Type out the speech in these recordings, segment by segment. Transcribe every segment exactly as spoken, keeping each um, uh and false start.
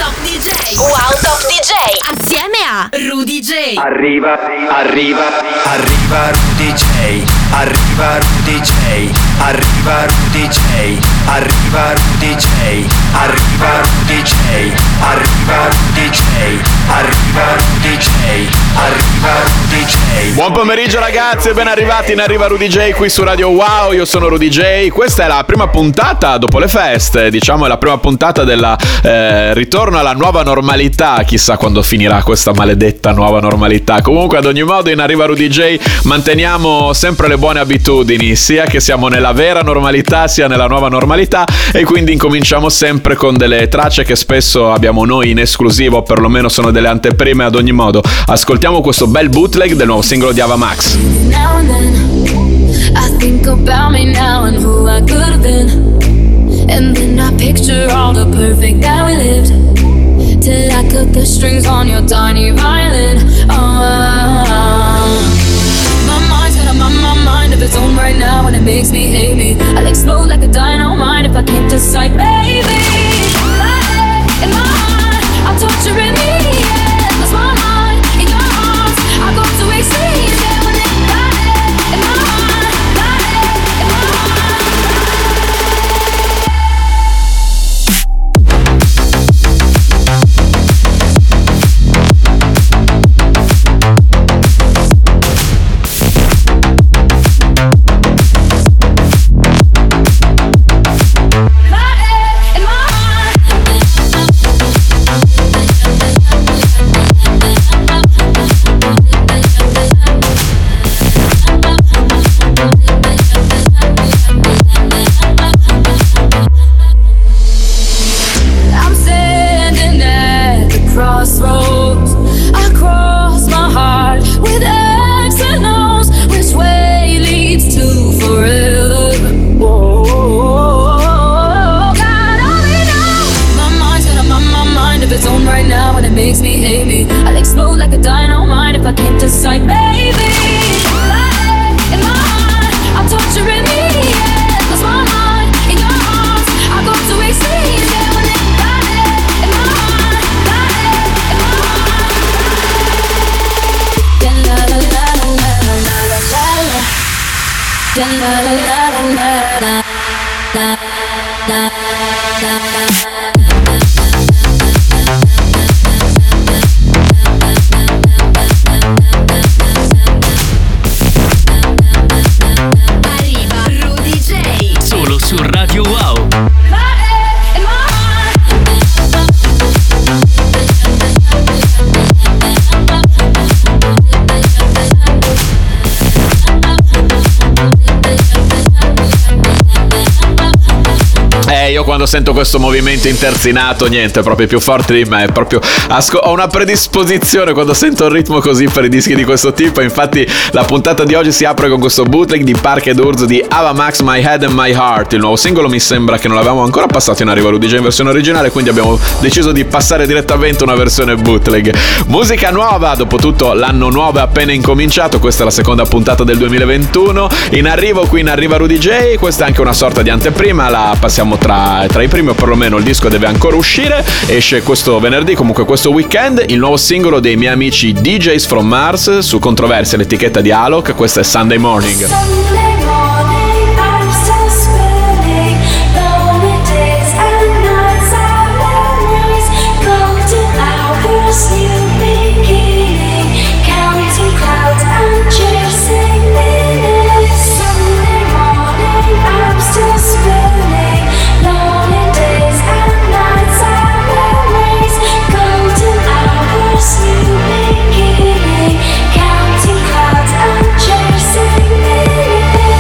Top D J. Wow Top D J. Assieme a Rudy J. Arriva, arriva, arriva Rudy J. Arriva Rudy J. Arriva Rudy J. Arriva Rudy J. Arriva Rudy J. Arriva Rudy J. Arriva Rudy J. Arriva Rudy J. Buon pomeriggio ragazzi e ben arrivati in Arriva Rudy J qui su Radio Wow. Io sono Rudy J. Questa è la prima puntata dopo le feste, diciamo è la prima puntata del eh, ritorno alla nuova normalità. Chissà quando finirà questa maledetta nuova normalità. Comunque ad ogni modo in Arriva Rudy J manteniamo sempre le buone abitudini, sia che siamo nella vera normalità sia nella nuova normalità, e quindi incominciamo sempre con delle tracce che spesso abbiamo noi in esclusivo, o perlomeno sono delle anteprime. Ad ogni modo ascoltiamo questo bel bootleg del nuovo singolo di Ava Max. Now and then, I think about me now and who I could have been. And then I picture all the perfect that we lived, till I cut the strings on your tiny violin. Oh, my mind's got a my, my mind of its own right now, and it makes me hate me. I'll explode like a dynamite if I came to sight, baby. My head in my heart, I'll torture in the air. Lost my mind in your arms, I go to extremes. Yeah, when it my head in my heart, my head in my Io quando sento questo movimento interzinato, niente, è proprio più forte di me. È proprio asco- ho una predisposizione quando sento un ritmo così per i dischi di questo tipo. Infatti la puntata di oggi si apre con questo bootleg di Park ed Urz di Ava Max, My Head and My Heart. Il nuovo singolo mi sembra che non l'avevamo ancora passato in Arriva Rudy J in versione originale, quindi abbiamo deciso di passare direttamente una versione bootleg. Musica nuova, dopotutto l'anno nuovo è appena incominciato. Questa è la seconda puntata del duemilaventuno. In arrivo qui in Arriva Rudy J. Questa è anche una sorta di anteprima, la passiamo tra tra i primi, o perlomeno il disco deve ancora uscire. Esce questo venerdì, comunque questo weekend, il nuovo singolo dei miei amici D Js from Mars su Controversia, l'etichetta di Alok. Questa è Sunday Morning. Sunday morning, I'm still spinning. Lonely days and nights, our memories, golden hours, new beginning, counting clouds and chasing minutes. Sunday morning, I'm still spinning. Lonely days and nights, our memories, golden hours, new beginning, counting clouds and chasing minutes.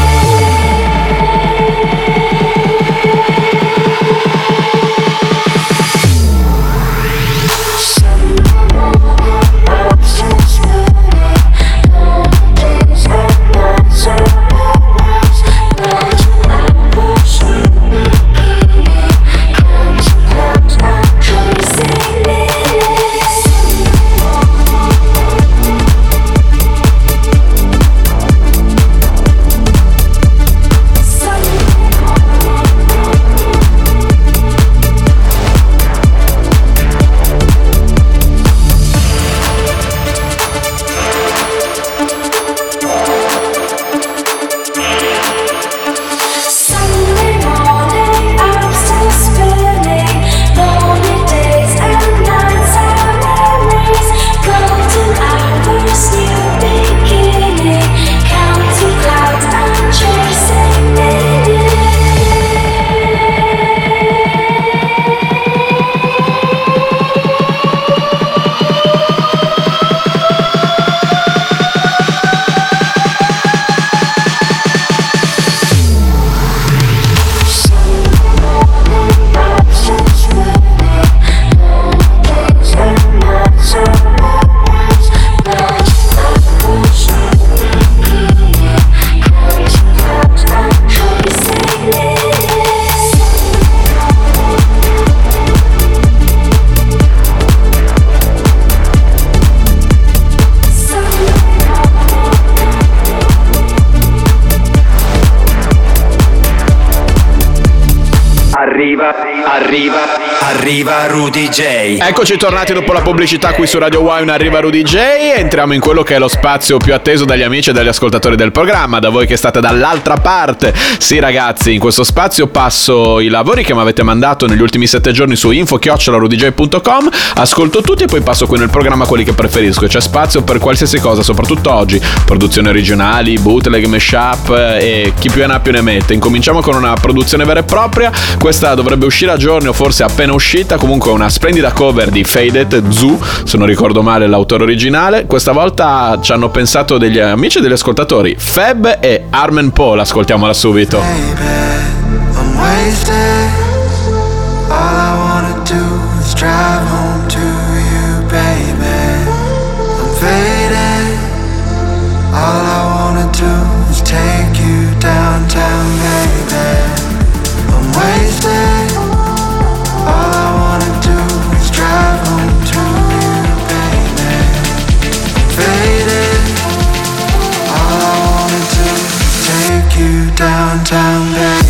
arriva, arriva Rudy J. Eccoci tornati dopo la pubblicità qui su Radio One, arriva Rudy J. Entriamo in quello che è lo spazio più atteso dagli amici e dagli ascoltatori del programma, da voi che state dall'altra parte. Sì ragazzi, in questo spazio passo i lavori che mi avete mandato negli ultimi sette giorni su info chiocciola rudy j punto com, ascolto tutti e poi passo qui nel programma quelli che preferisco. C'è spazio per qualsiasi cosa, soprattutto oggi, produzioni originali, bootleg, mashup e chi più ne ha più ne mette. Incominciamo con una produzione vera e propria. Questa dovrebbe uscire a giorni o forse appena uscita, comunque una splendida cover di Faded, Zoo, se non ricordo male l'autore originale. Questa volta ci hanno pensato degli amici e degli ascoltatori, Feb e Armen Paul. Ascoltiamola subito. I'm wasted. All I wanna do is drive home to you, baby. I'm faded. All I wanna do is take you downtown, baby. I'm wasted. All I wanna do is drive home to you, baby. I'm faded. All I wanna do is take you downtown, baby.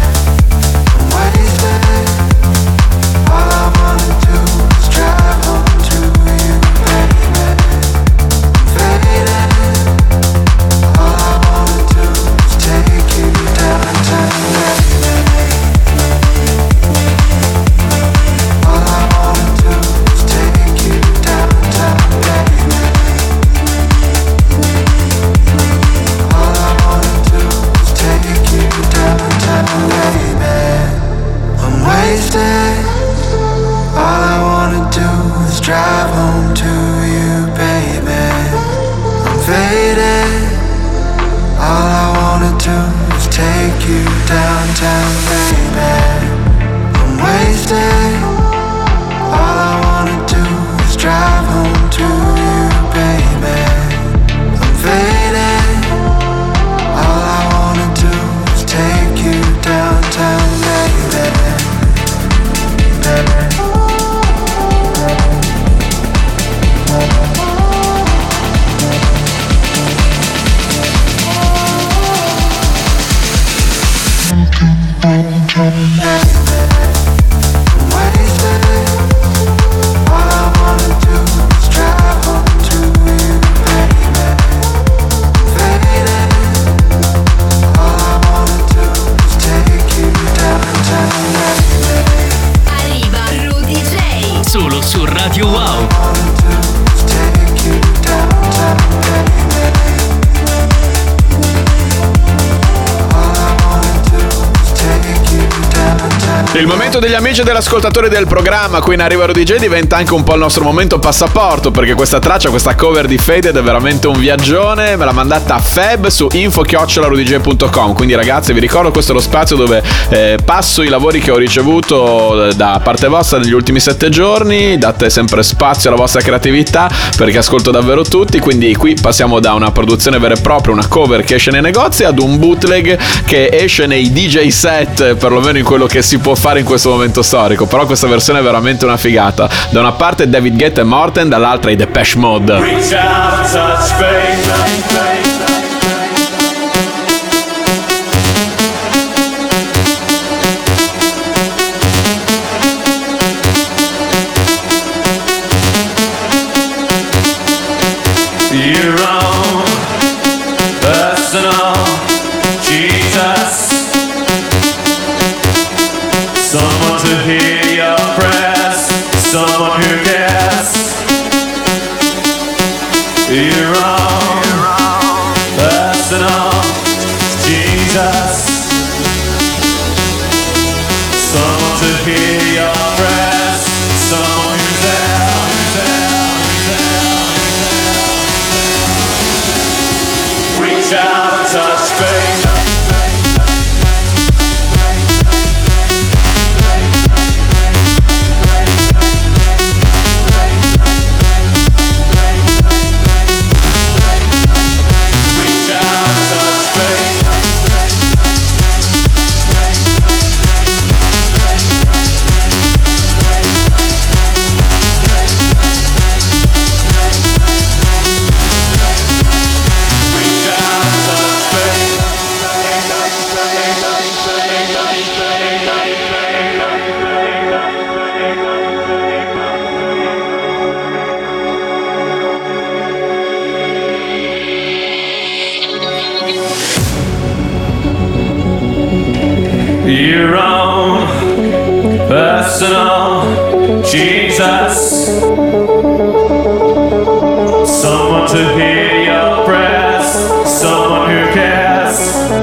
Drive home to you, baby. I'm faded. All I wanna do is take you downtown, baby. I'm wasted. All I wanna do is drive home to you, baby. I'm faded. All I wanna do is take you downtown, baby. Baby. Solo su Radio Wow. Il momento degli amici e dell'ascoltatore del programma qui in Arriva Rudy J diventa anche un po' il nostro momento passaporto, perché questa traccia, questa cover di Faded è veramente un viaggione. Me l'ha mandata Feb su info chiocciola rudy j punto com. Quindi ragazzi, vi ricordo, questo è lo spazio dove eh, passo i lavori che ho ricevuto da parte vostra negli ultimi sette giorni. Date sempre spazio alla vostra creatività, perché ascolto davvero tutti. Quindi qui passiamo da una produzione vera e propria, una cover che esce nei negozi, ad un bootleg che esce nei D J set, perlomeno in quello che si può fare in questo momento storico. Però questa versione è veramente una figata. Da una parte David Guetta e Morten, dall'altra i Depeche Mode. Reach out, touch faith. Your own personal Jesus. Someone to hear your prayers, someone who cares. Your own personal Jesus. Someone to hear your prayers, someone who's there, who's there, who's there, who's there. your own personal Jesus. Someone to hear your prayers, someone who cares.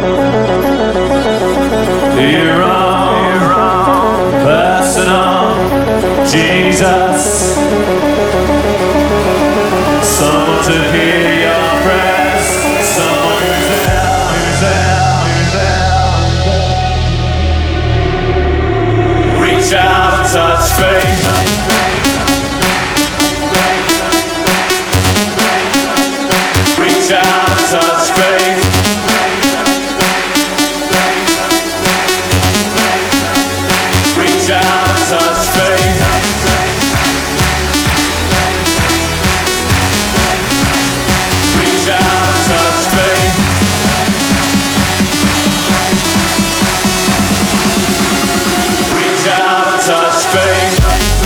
Your own personal Jesus. Someone to hear your prayers, someone who's there, who's there, who's there. Reach out and touch faith. Reach out and touch faith. Reach out and touch faith. Reach out and touch faith. Reach out and touch faith.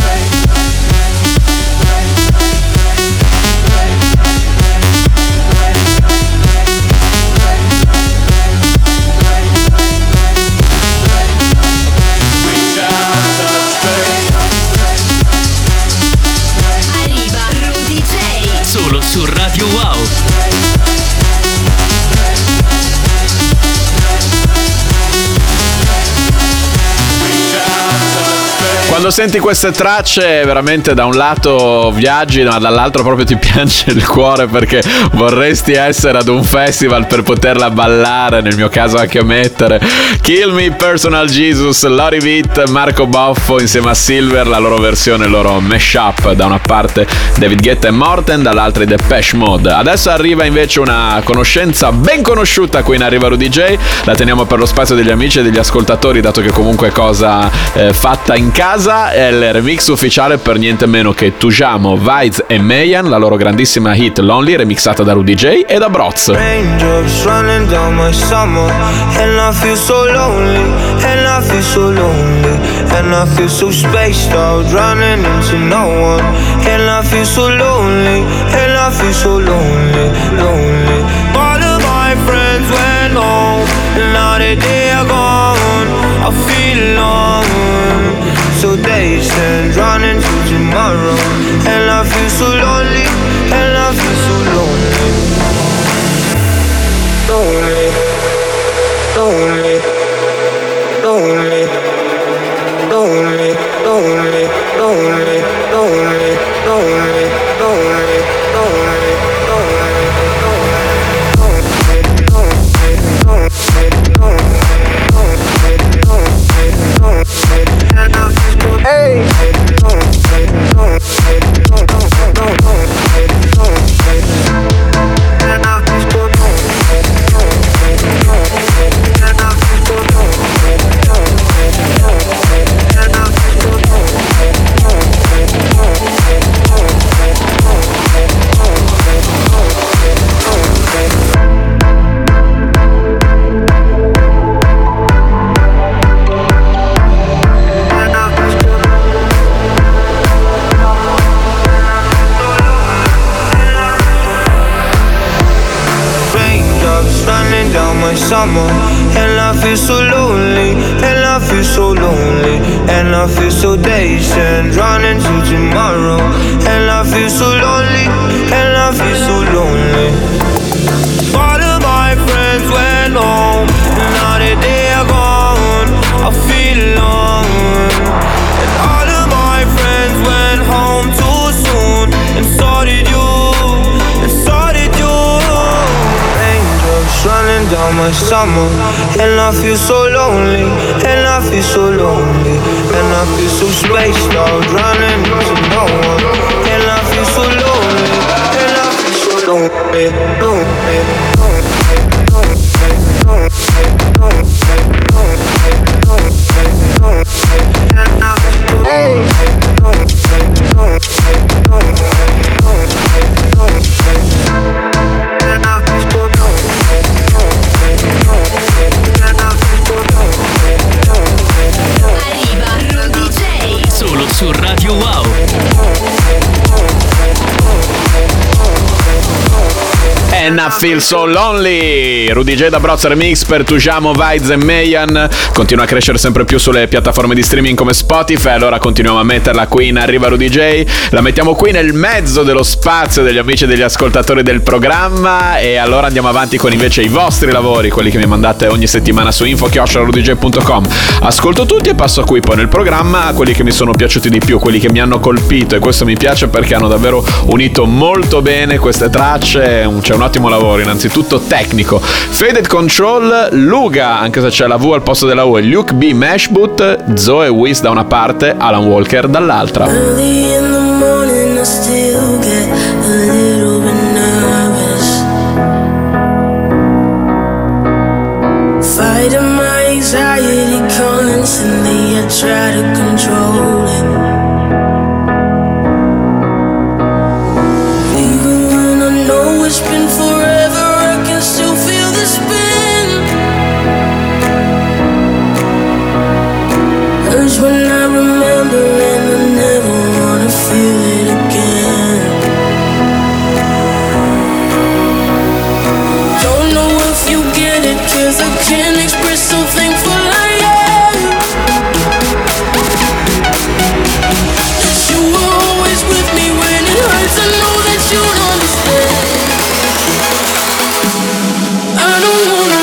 Arriva Rudy J. Solo su Radio Wow. Quando senti queste tracce veramente da un lato viaggi ma dall'altro proprio ti piange il cuore perché vorresti essere ad un festival per poterla ballare, nel mio caso anche mettere Kill Me Personal Jesus, Lori Vitt, Marco Boffo insieme a Silver, la loro versione, il loro mashup, da una parte David Guetta e Morten, dall'altra i Depeche Mode. Adesso arriva invece una conoscenza ben conosciuta qui in Arriva Rudy J, la teniamo per lo spazio degli amici e degli ascoltatori dato che comunque è cosa eh, fatta in casa. È il remix ufficiale per niente meno che Tujamo, Vibes e Mayan, la loro grandissima hit Lonely remixata da Rudy J e da Broz. Raindrops running down my summer, and I feel so lonely, and I feel so lonely, and I feel so spaced out, running into no one, and I feel so lonely, and I feel so lonely, lonely. All of my friends went home, and now that they are gone, I feel alone. So days and running to tomorrow, and I feel so lonely, and I feel so lonely. Lonely, lonely, lonely, lonely, lonely, lonely, lonely, lonely, lonely, lonely, Hey. Summer, and I feel so lonely, and I feel so lonely, and I feel so dazed and running to tomorrow, and I feel so lonely, and I feel so lonely. All of my friends went home, and now that they are gone, I feel alone. And all of my friends went home too soon, and so did you, and so did you. Raindrops running down my summer, and I feel so lonely, and I feel so lonely, and I feel so spaced out, running into no one, and I feel so lonely, and I feel so lonely, lonely, hey. Su Radio Wow. And I Feel So Lonely. Rudy J da Broz Remix per Tujamo, Vibes e Mayan. Continua a crescere sempre più sulle piattaforme di streaming come Spotify. Allora continuiamo a metterla qui in Arriva Rudy J. La mettiamo qui nel mezzo dello spazio degli amici e degli ascoltatori del programma. E allora andiamo avanti con invece i vostri lavori, quelli che mi mandate ogni settimana su info chiocciola rudy j punto com. Ascolto tutti e passo qui poi nel programma a quelli che mi sono piaciuti di più, quelli che mi hanno colpito, e questo mi piace perché hanno davvero unito molto bene queste tracce. C'è un ottimo lavoro innanzitutto tecnico. Faded Control, Luga, anche se c'è la V al posto della U, e Luke B, Mashboot, Zoe Wiss da una parte, Alan Walker dall'altra. Early in the morning I still get a little bit nervous, fighting my anxiety constantly, I try to control it. Even when I know it's been forever, I can still feel the spin. Urge when I remember and I never wanna feel it again. Don't know if you get it, 'cause I can't express how thankful I am that you were always with me when it hurts. I know that you'll understand. I don't wanna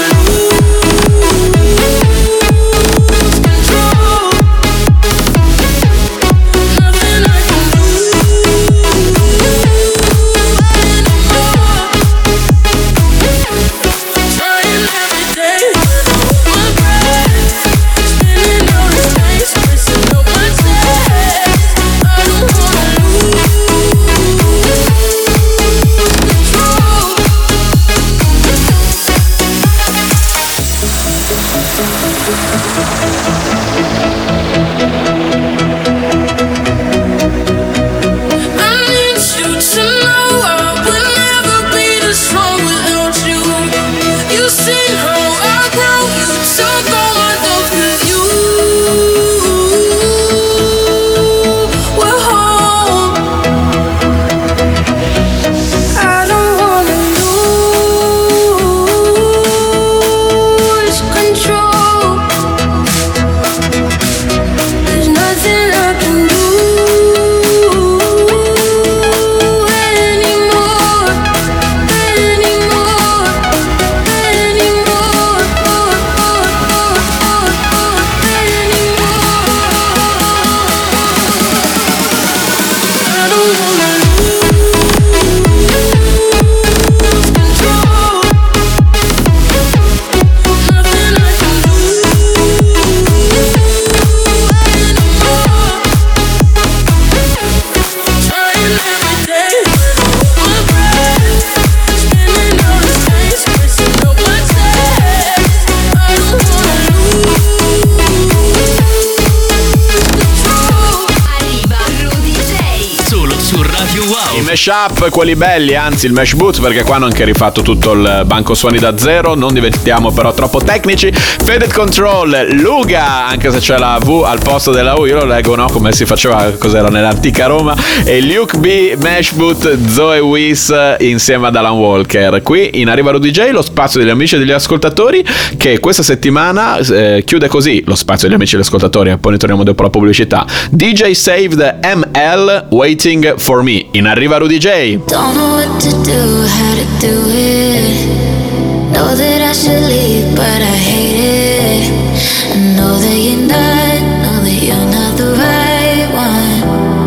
mashup, quelli belli, anzi il Mashboot, perché qua hanno anche rifatto tutto il banco suoni da zero, non diventiamo però troppo tecnici. Faded Control, Luga, anche se c'è la V al posto della U, io lo leggo, no, come si faceva, cos'era, nell'antica Roma, e Luke B, Mashboot, Zoe Wiss insieme ad Alan Walker. Qui in Arriva Rudy J, lo spazio degli amici e degli ascoltatori, che questa settimana eh, chiude così lo spazio degli amici e degli ascoltatori, e poi ne torniamo dopo la pubblicità. D J Saved M L, Waiting for Me, in Arriva Rudy J. Don't know what to do, how to do it. Know that I should leave, but I hate it. I know that you're not, know that you're not the right one.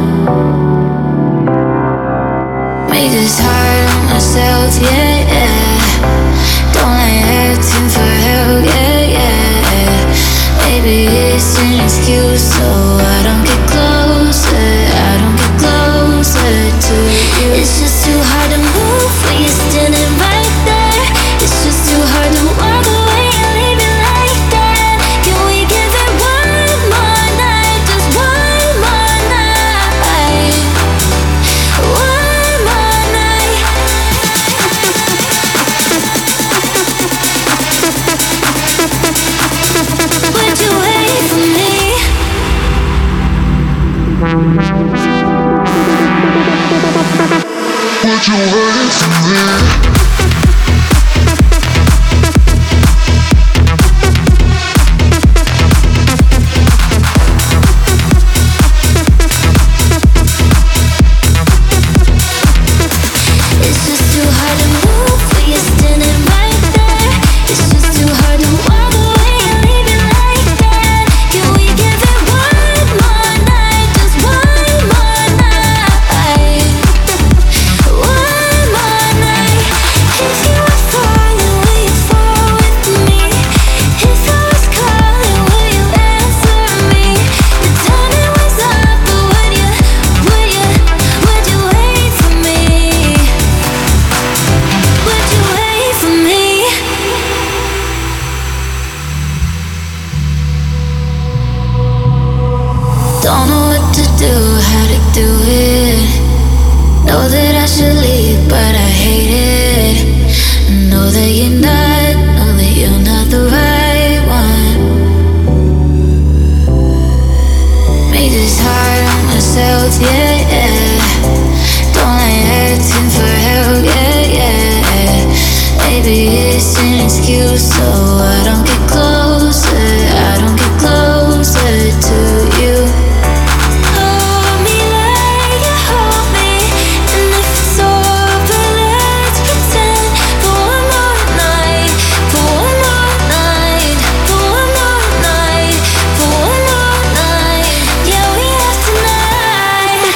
Make this hard on myself, yeah, yeah. Don't like asking for help, yeah, yeah. Maybe it's an excuse so I don't get closer, I don't get closer to you. It's just too hard to move when you're standing right there. It's just too hard to walk away and leave it like that. Can we give it one more night, just one more night, one more night. Would you wait for me? Would you wait for me? yeah, yeah. Don't let it in forever, yeah, yeah. Maybe it's an excuse so I don't get closer, I don't get closer to you. Hold me like you hold me, and if it's over, let's pretend for one more night, for one more night, for one more night, for one more night. Yeah, we have tonight.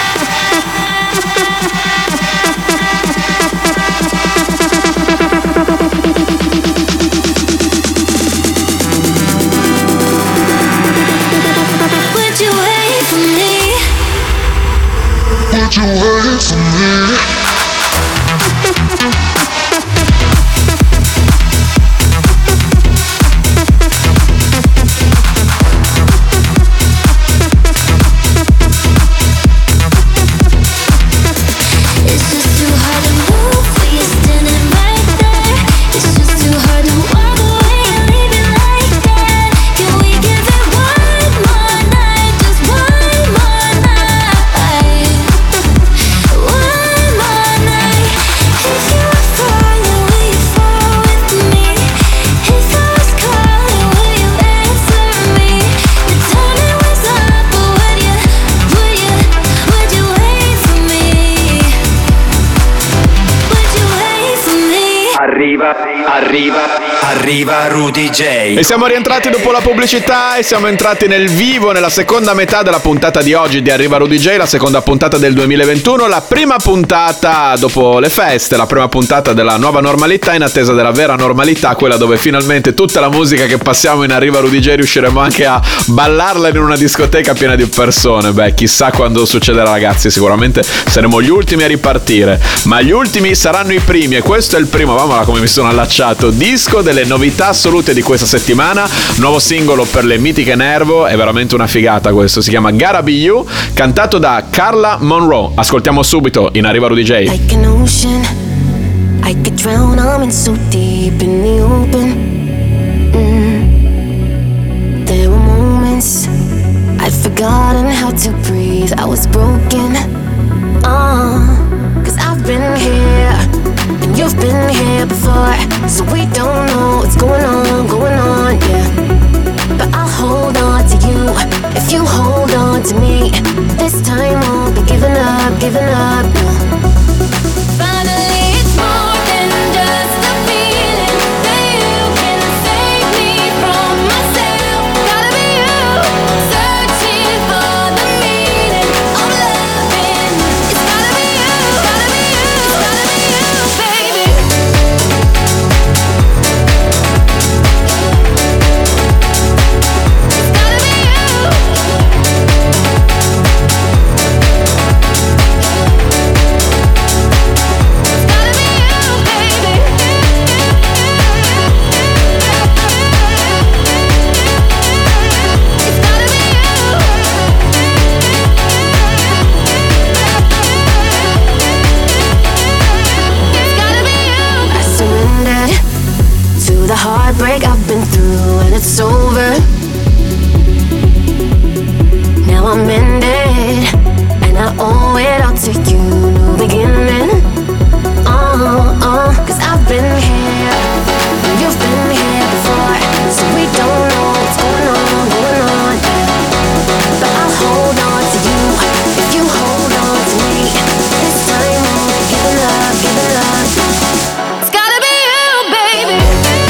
Would you wait for me? Would you wait for me? It's just too hard to move when you're standing right there. It's just too hard to walk away and leave it like that. Can we give it one more night, just one more night, one more night? If you were falling, will you fall with me? If I was calling, will you answer me? You told me it was up, but would you, would you, would you wait for me? Would you wait for me? Arriva, arriva, arriva Rudy J. E siamo rientrati dopo la pubblicità e siamo entrati nel vivo nella seconda metà della puntata di oggi di Arriva Rudy J, la seconda puntata del duemilaventuno, la prima puntata dopo le feste, la prima puntata della nuova normalità in attesa della vera normalità, quella dove finalmente tutta la musica che passiamo in Arriva Rudy J riusciremo anche a ballarla in una discoteca piena di persone. Beh, chissà quando succederà, ragazzi, sicuramente saremo gli ultimi a ripartire, ma gli ultimi saranno i primi e questo è il primo, vamola come mi sono allacciato, disco delle novità assolute di questa settimana, nuovo singolo per le mitiche Nervo, è veramente una figata questo, si chiama Gotta Be You, cantato da Carla Monroe. Ascoltiamo subito in Arriva Rudy J. Like an ocean, I could drown, I'm in so deep in the open. Mm. There were moments I'd forgotten how to breathe, I was broken. Uh, Cause I've been here, and you've been here before, so we don't know what's going on, going on, yeah. But I'll hold on to you, if you hold on to me. This time won't be giving up, giving up, no. Finally, it's more than just a feeling that you can save me from myself. Gotta be you, searching for the meaning of loving. It's gotta be you, gotta be you, gotta be you, baby. It's gotta be I surrendered to the heartbreak I've been through, and it's over. Now I'm mended, and I owe it all to you. New beginning, uh, uh, cause I've been here, and you've been here before, so we don't know what's going on, going on, yeah. But I'll hold on to you, if you hold on to me. This time won't be giving up, giving up. It's gotta be you, baby.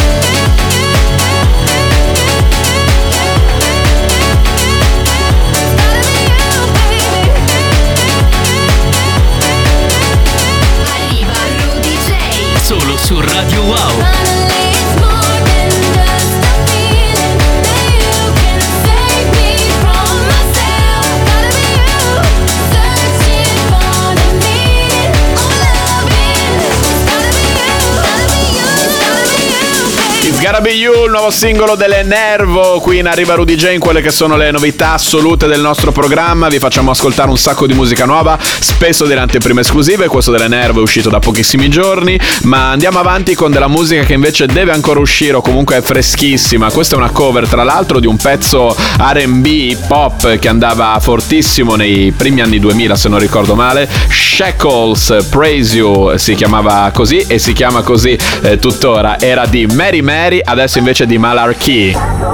Arriva Rudy J. Solo su Radio Wow. Finally, it's more than just a feeling that you can save me from myself. Gotta be you, searching for the meaning of loving. It's gotta be you, gotta be you, it's gotta be you, baby. It's Gotta Be You, il nuovo singolo delle Nervo, qui in Arriva Rudy J, in quelle che sono le novità assolute del nostro programma. Vi facciamo ascoltare un sacco di musica nuova, spesso delle anteprime esclusive. Questo delle Nervo è uscito da pochissimi giorni, ma andiamo avanti con della musica che invece deve ancora uscire o comunque è freschissima. Questa è una cover, tra l'altro, di un pezzo R and B hip hop che andava fortissimo nei primi anni duemila, se non ricordo male. Shackles, Praise You si chiamava così e si chiama così eh, tuttora. Era di Mary Mary, adesso invece di Malarkey.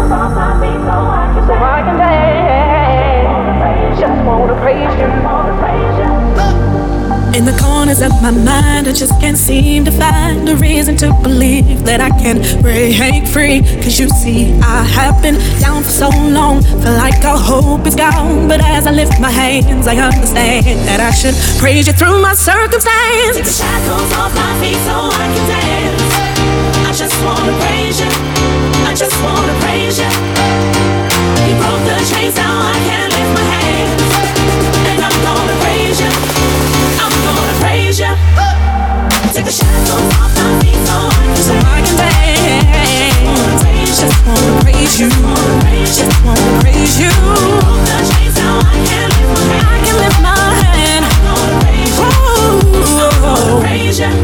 In the corners of my mind, I just can't seem to find a reason to believe that I can break free. Cause you see, I have been down for so long, feel like all hope is gone. But as I lift my hands, I understand that I should praise you through my circumstance. Take the shackles off my feet so I can dance. I just wanna praise you, I just wanna praise you. You broke the chains, now I can lift my hands. And I'm gonna praise you, I'm gonna praise you. Take the shackles off my feet so I can, so I can dance. Just wanna praise you, just wanna praise you, just wanna praise you. You broke the chains, now I can lift my hand. I can lift my hand. I'm gonna praise you, I'm gonna praise you.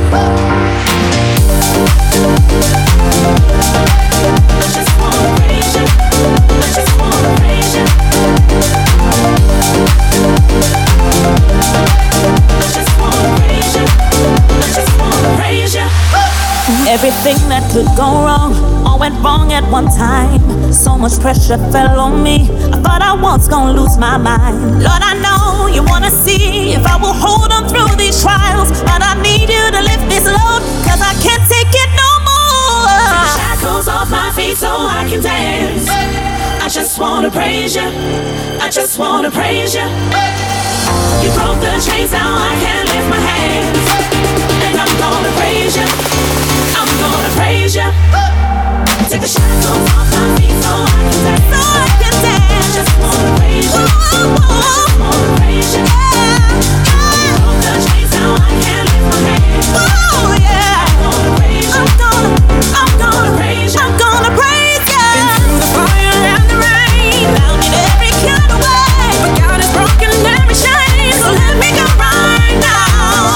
I just wanna praise you, I just wanna praise you. I just wanna praise you, I just wanna praise you. Everything that could go wrong all went wrong at one time. So much pressure fell on me, I thought I was gonna lose my mind. Lord, I know you wanna see if I will hold on through these trials, but I need you to lift this load, cause I can't take it no more. Take the shackles off my feet so I can dance. I just wanna praise you, I just wanna praise you. You broke the chains, now I can lift my hands. And I'm gonna praise you, I'm gonna praise you. Take the shackles off my feet so I can dance. So I can dance. I just wanna praise you, I just wanna praise you. You broke the chains, now I can lift my hands. Oh yeah, I'm gonna praise you, I'm gonna, I'm gonna praise you, I'm gonna praise you. Been through the fire and the rain, down in every kind of way, but God has broken every chain, so let me go right now.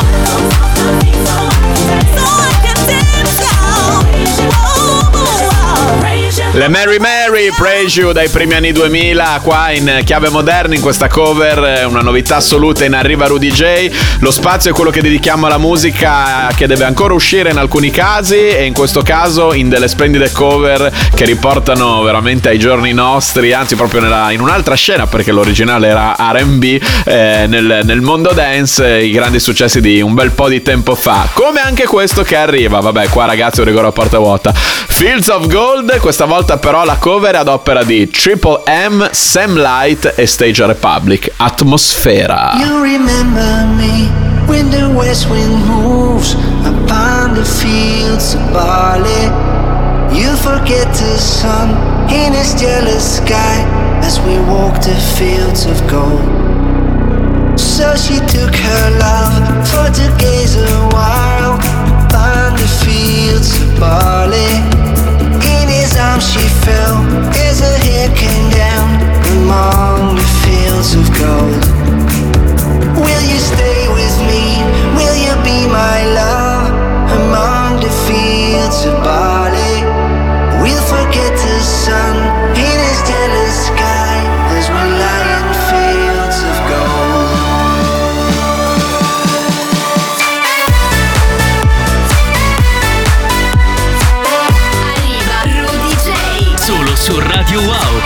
So I can dance now. Whoa, whoa, praise you. Le Mary Mary, Praise You, dai primi anni duemila, qua in chiave moderna, in questa cover, una novità assoluta in Arriva Rudy J. Lo spazio è quello che dedichiamo alla musica che deve ancora uscire in alcuni casi, e in questo caso in delle splendide cover che riportano veramente ai giorni nostri, anzi proprio nella, in un'altra scena, perché l'originale era R and B, eh, nel, nel mondo dance, i grandi successi di un bel po' di tempo fa, come anche questo che arriva. Vabbè, qua ragazzi un rigore a porta vuota. Fields of Gold, questa volta però la cover è ad opera di Triple M, Sam Light e Stage Republic, Atmosfera. You remember me when the west wind moves upon the fields of barley. You forget the sun in its jealous sky as we walk the fields of gold. So she took her love for to gaze a while upon the fields of barley. In his arms she fell as her hair came down among the fields of gold. Will you stay with me? Will you be my love among the fields of barley? We'll forget the sun in his jealous sky as we lie in fields of gold. Arriva Rudy J. Solo su Radio Wow.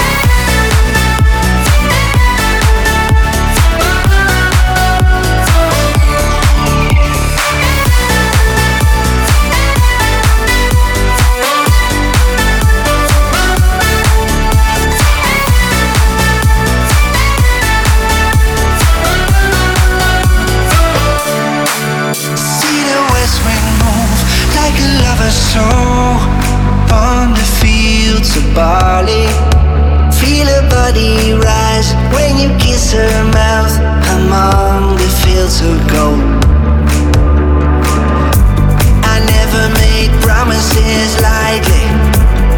On the fields of barley, feel her body rise when you kiss her mouth among the fields of gold. I never made promises lightly,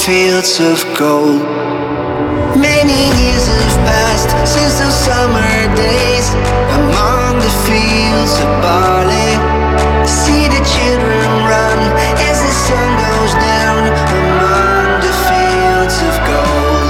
fields of gold. Many years have passed since those summer days among the fields of barley. See the children run as the sun goes down among the fields of gold.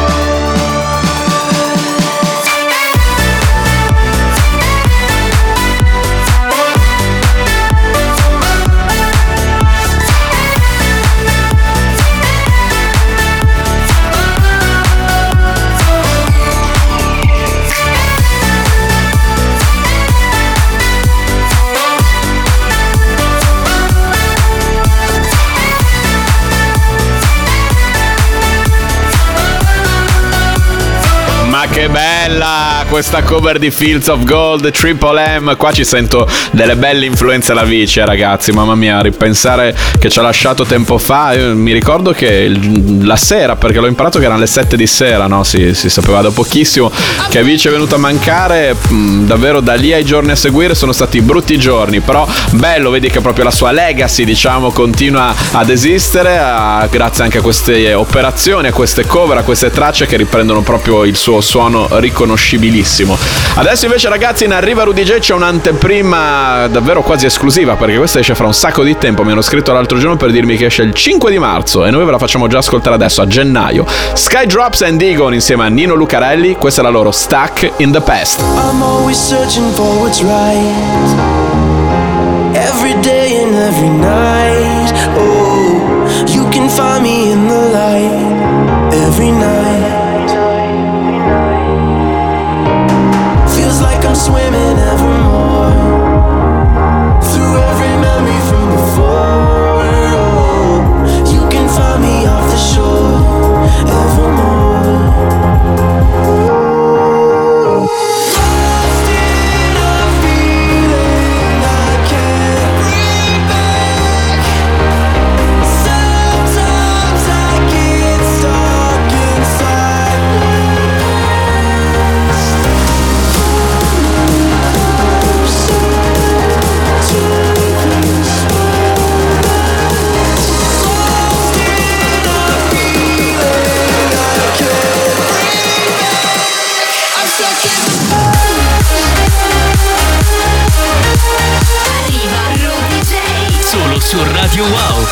Che bella questa cover di Fields of Gold, Triple M. Qua ci sento delle belle influenze alla Vice, ragazzi. Mamma mia, ripensare che ci ha lasciato tempo fa. Io mi ricordo che la sera, perché l'ho imparato che erano le sette di sera, no? Si, si sapeva da pochissimo che Vice è venuta a mancare. Mh, davvero da lì ai giorni a seguire sono stati brutti giorni. Però bello, vedi che proprio la sua legacy, diciamo, continua ad esistere a, grazie anche a queste operazioni, a queste cover, a queste tracce che riprendono proprio il suo suono riconoscibilissimo. Adesso invece, ragazzi, in Arriva Rudy J c'è un'anteprima davvero quasi esclusiva, perché questa esce fra un sacco di tempo. Mi hanno scritto l'altro giorno per dirmi che esce il cinque di marzo e noi ve la facciamo già ascoltare adesso a gennaio. Skydrops and Egon insieme a Nino Lucarelli, questa è la loro Stuck in the Past. I'm always searching for what's right, every day and every night. Oh, you can find me in the light every night. I'm swimming evermore through every memory from before. Oh, you can find me off the shore evermore. Lost in a feeling I can't bring back. Sometimes I get stuck inside. Solo su Radio Wow.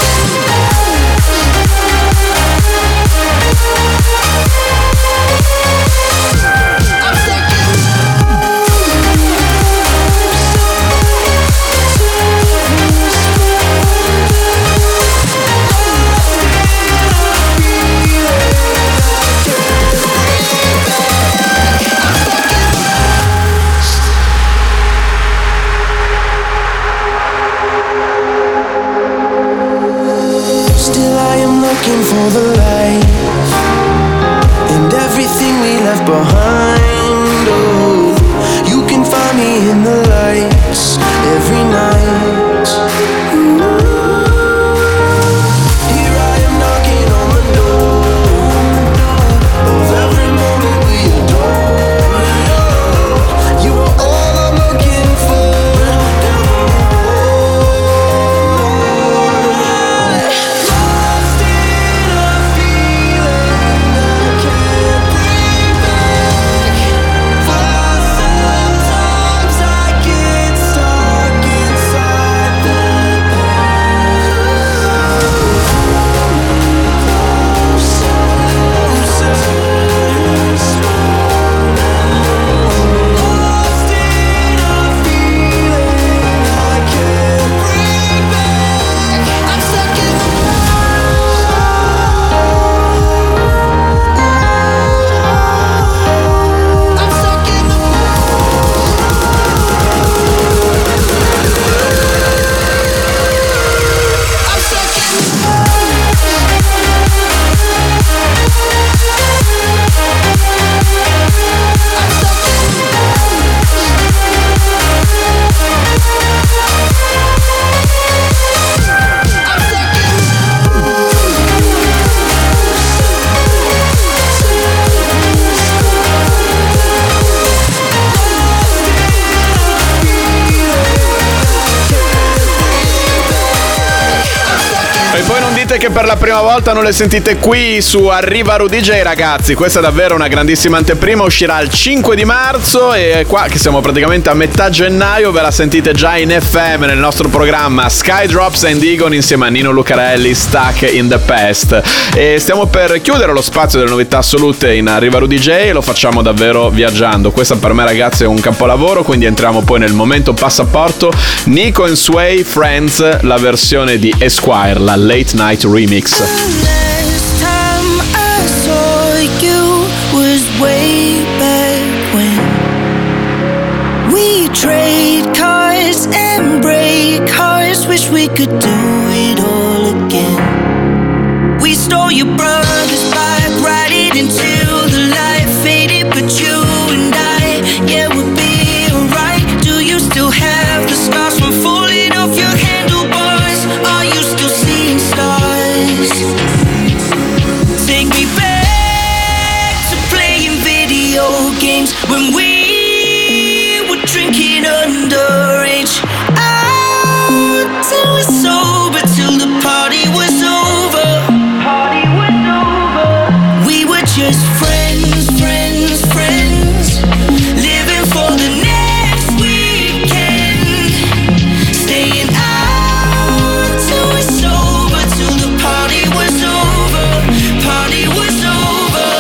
E poi non dite che per la prima volta non le sentite qui su Arriva Rudy J, ragazzi. Questa è davvero una grandissima anteprima, uscirà il cinque di marzo e qua che siamo praticamente a metà gennaio ve la sentite già in F M nel nostro programma Skydrops and Egon insieme a Nino Lucarelli, Stuck in the Past. E stiamo per chiudere lo spazio delle novità assolute in Arriva Rudy J e lo facciamo davvero viaggiando. Questa per me, ragazzi, è un capolavoro, quindi entriamo poi nel momento passaporto. Nico and Sway Friends, la versione di Esquire, la Late Night Remix. Last time I saw you was way back when we trade cars and break hearts. Wish we could do it all again. We stole your brother's bike, ride it until the light faded, but you and I, yeah, we'll be alright. Do you still have the scars from falling off your handlebars? Are you still seeing stars? Take me back to playing video games when we were drinking underage. Out till we're sober, till the party was over. Party was over. We were just friends, friends, friends, living for the next weekend, staying out till we're sober, till the party was over. Party was over.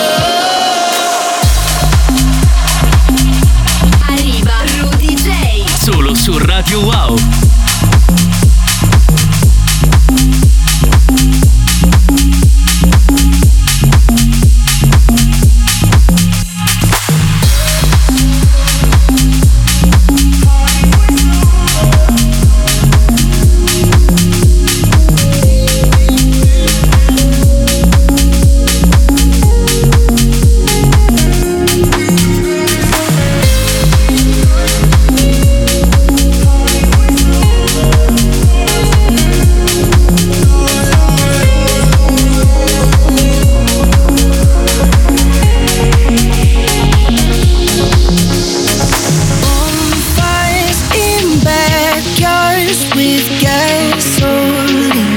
Arriva Rudy J. Solo su Radio Wow. Bonfires in backyards with gasoline.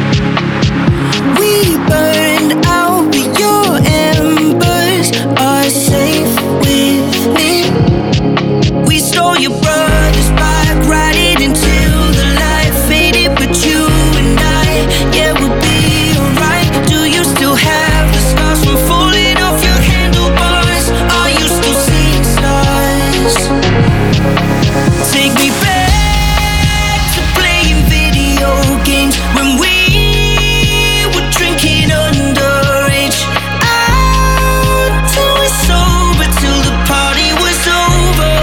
We burned out, but your embers are safe with me. We stole your brother's bike, ride it until the light faded, but you and I, yeah, we'll be alright. Do you still have the scars from falling off your handlebars? Are you still seeing stars? Take me back to playing video games when we were drinking underage. Out till we're sober, till the party was over.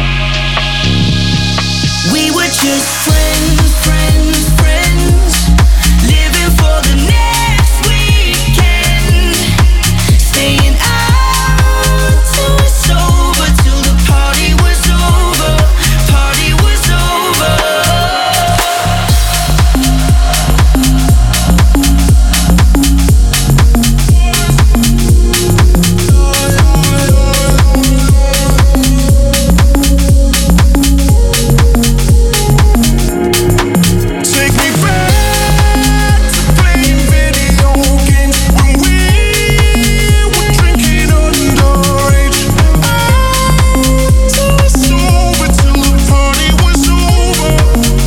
We were just friends, friends, friends, living for the next weekend, staying out till we're sober, till the party was over. Party was over. Take me back to playing video games when we were drinking underage. Out till we're sober, till the party was over.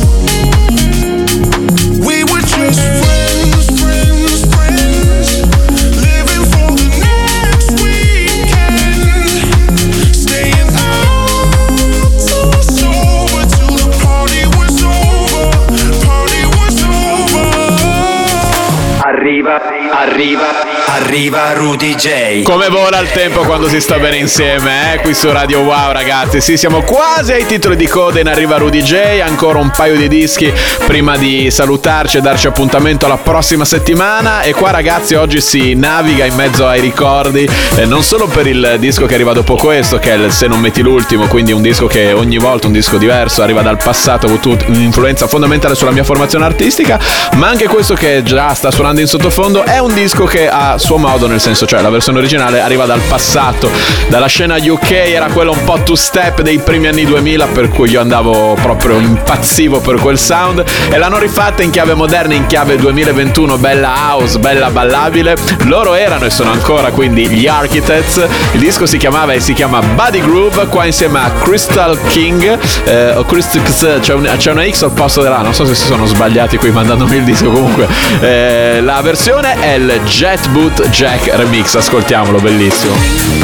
We were just friends, friends, friends, living for the next weekend, staying out till we're sober, till the party was over. Party was over. Arriva, arriva, arriva Rudy J. Come vola il tempo quando si sta bene insieme, eh? Qui su Radio Wow, ragazzi. Sì, siamo quasi ai titoli di coda in Arriva Rudy J. Ancora un paio di dischi prima di salutarci e darci appuntamento alla prossima settimana. E qua, ragazzi, oggi si naviga in mezzo ai ricordi, eh, non solo per il disco che arriva dopo questo, che è il Se non metti l'ultimo, quindi un disco che ogni volta un disco diverso, arriva dal passato, ha avuto un'influenza fondamentale sulla mia formazione artistica, ma anche questo che già sta suonando in sottofondo sottofondo è un disco che a suo modo, nel senso, cioè la versione originale arriva dal passato, dalla scena U K, era quello un po' two step dei primi anni duemila, per cui io andavo proprio impazzivo per quel sound, e l'hanno rifatta in chiave moderna, in chiave duemilaventuno, bella house, bella ballabile. Loro erano e sono ancora quindi gli Architects. Il disco si chiamava e si chiama Body Groove, qua insieme a Crystal King, eh, o Crystal X, c'è, un, c'è una X al posto della, non so se si sono sbagliati qui mandandomi il disco, comunque eh, la versione è il Jet Boot Jack Remix, ascoltiamolo, bellissimo.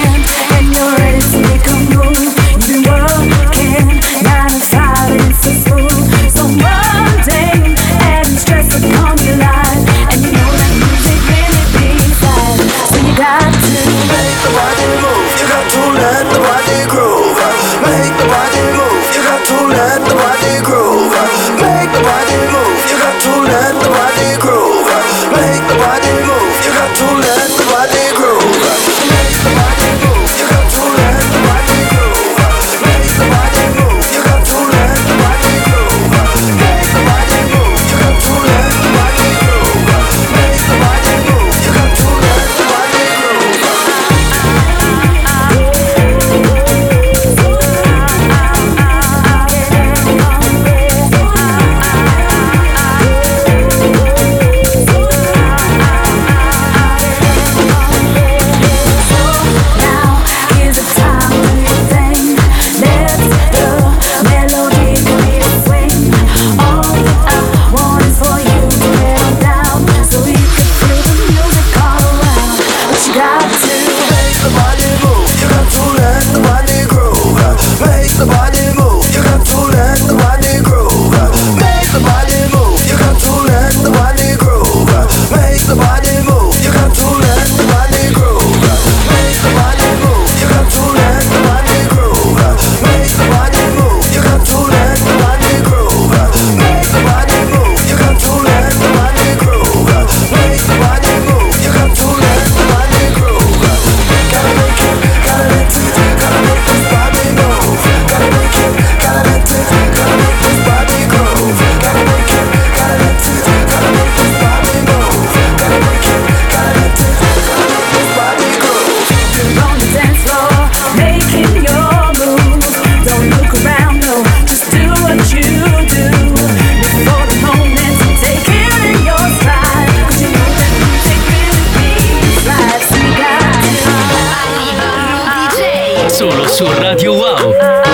Su Radio Wow.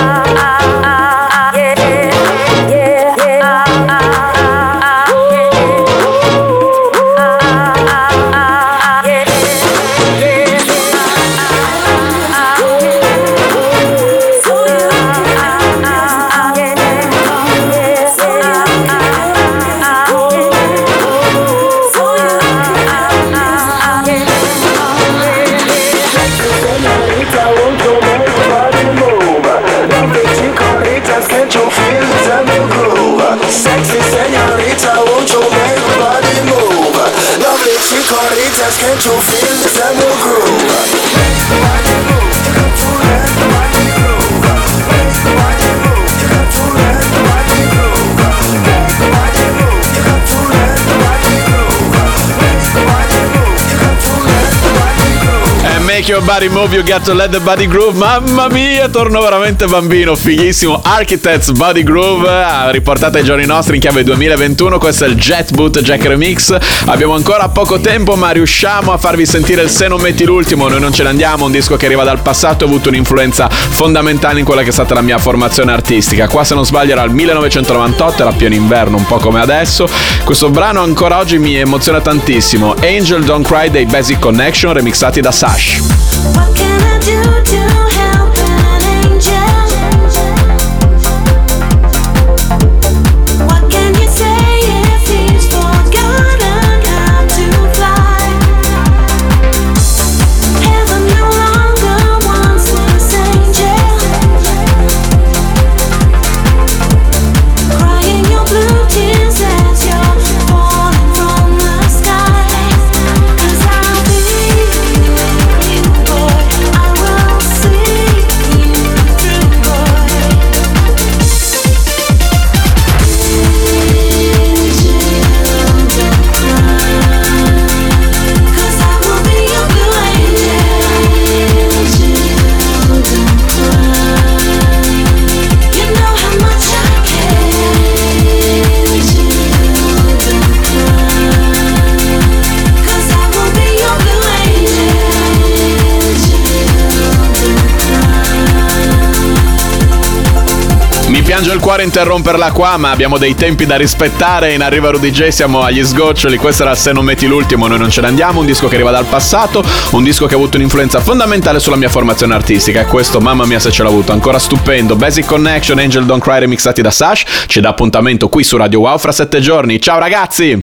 Can't you feel the summer groove? Make the body move, you got to let the body groove. Make the body move, you got to let the body groove. Make the body move, you got to let the body groove. Make the body move, you got to let the body groove. And make your body move, you got to let the body groove. Mamma mia, torno veramente bambino, fighissimo. Architects Body Groove, riportata ai giorni nostri in chiave duemilaventuno. Questo è il Jet Boot Jack Remix. Abbiamo ancora poco tempo, ma riusciamo a farvi sentire il Se non metti l'ultimo, noi non ce ne andiamo. Un disco che arriva dal passato, ha avuto un'influenza fondamentale in quella che è stata la mia formazione artistica. Qua, se non sbaglio, era il millenovecentonovantotto, era pieno inverno, un po' come adesso. Questo brano ancora oggi mi emoziona tantissimo. Angel Don't Cry dei Basic Connection, remixati da Sash. What can I do to help an angel? What can you say if he's forgotten how to fly? Heaven no longer wants this angel, crying your blue tears as you're falling from the sky. 'Cause I'll be with you, boy, I will see you through. spiange il cuore interromperla qua, ma abbiamo dei tempi da rispettare. In arriva Rudy J, siamo agli sgoccioli. Questo era Se non metti l'ultimo, noi non ce ne andiamo. Un disco che arriva dal passato, un disco che ha avuto un'influenza fondamentale sulla mia formazione artistica. E questo, mamma mia se ce l'ha avuto, ancora stupendo. Basic Connection, Angel Don't Cry remixati da Sash. Ci dà appuntamento qui su Radio Wow fra sette giorni. Ciao ragazzi!